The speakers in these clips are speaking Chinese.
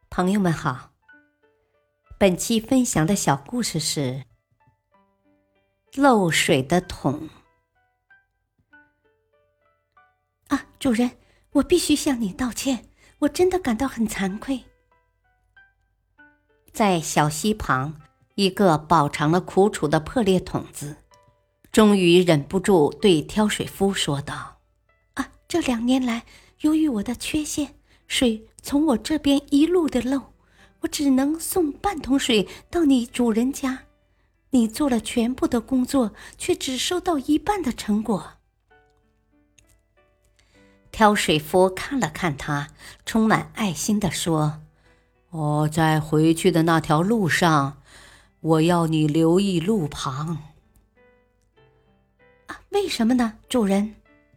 朋友们好，本期分享的小故事是漏水的桶。主人，我必须向你道歉，我真的感到很惭愧。在小溪旁，一个饱尝了苦楚的破裂桶子，终于忍不住对挑水夫说道：这2年来，由于我的缺陷，水从我这边一路的漏，我只能送半桶水到你主人家。你做了全部的工作，却只收到一半的成果。挑水夫看了看他，充满爱心地说：在回去的那条路上，我要你留意路旁。为什么呢，主人？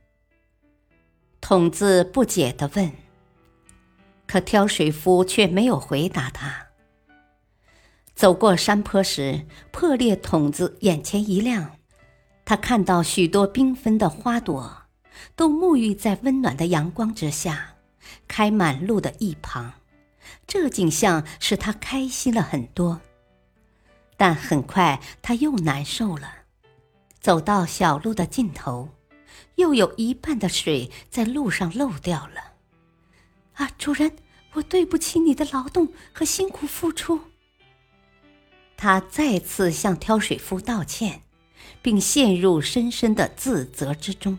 桶子不解地问。可挑水夫却没有回答他。走过山坡时，破裂桶子眼前一亮，他看到许多缤纷的花朵都沐浴在温暖的阳光之下，开满路的一旁。这景象使他开心了很多。但很快他又难受了。走到小路的尽头，又有一半的水在路上漏掉了。主人，我对不起你的劳动和辛苦付出。他再次向挑水夫道歉，并陷入深深的自责之中。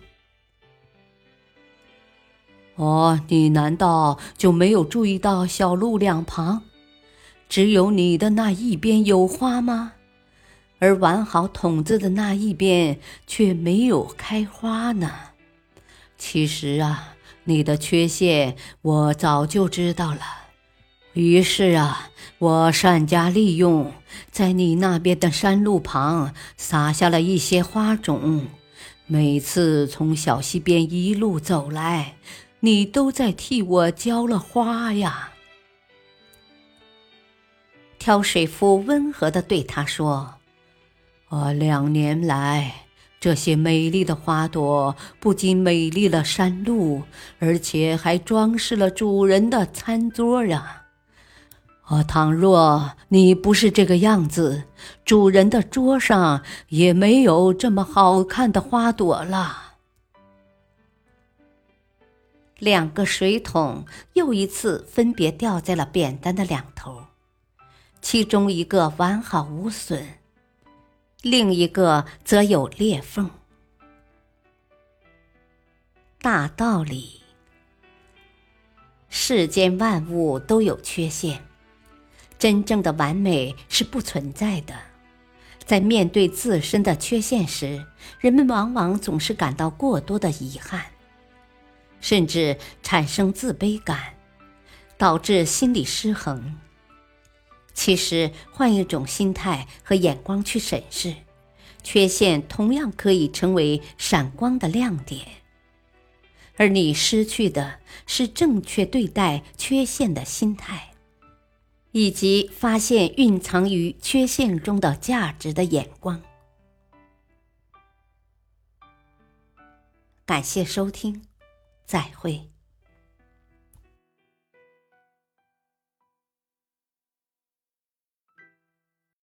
你难道就没有注意到小路两旁，只有你的那一边有花吗？而完好桶子的那一边却没有开花呢？其实你的缺陷我早就知道了。于是我善加利用，在你那边的山路旁撒下了一些花种。每次从小溪边一路走来，你都在替我浇了花呀。挑水夫温和地对他说：2年来，这些美丽的花朵不仅美丽了山路，而且还装饰了主人的餐桌呀。倘若你不是这个样子，主人的桌上也没有这么好看的花朵了。2个水桶又一次分别掉在了扁担的两头，其中一个完好无损，另一个则有裂缝。大道理：世间万物都有缺陷，真正的完美是不存在的。在面对自身的缺陷时，人们往往总是感到过多的遗憾，甚至产生自卑感，导致心理失衡。其实换一种心态和眼光去审视，缺陷同样可以成为闪光的亮点。而你失去的是正确对待缺陷的心态，以及发现蕴藏于缺陷中的价值的眼光。感谢收听，再会。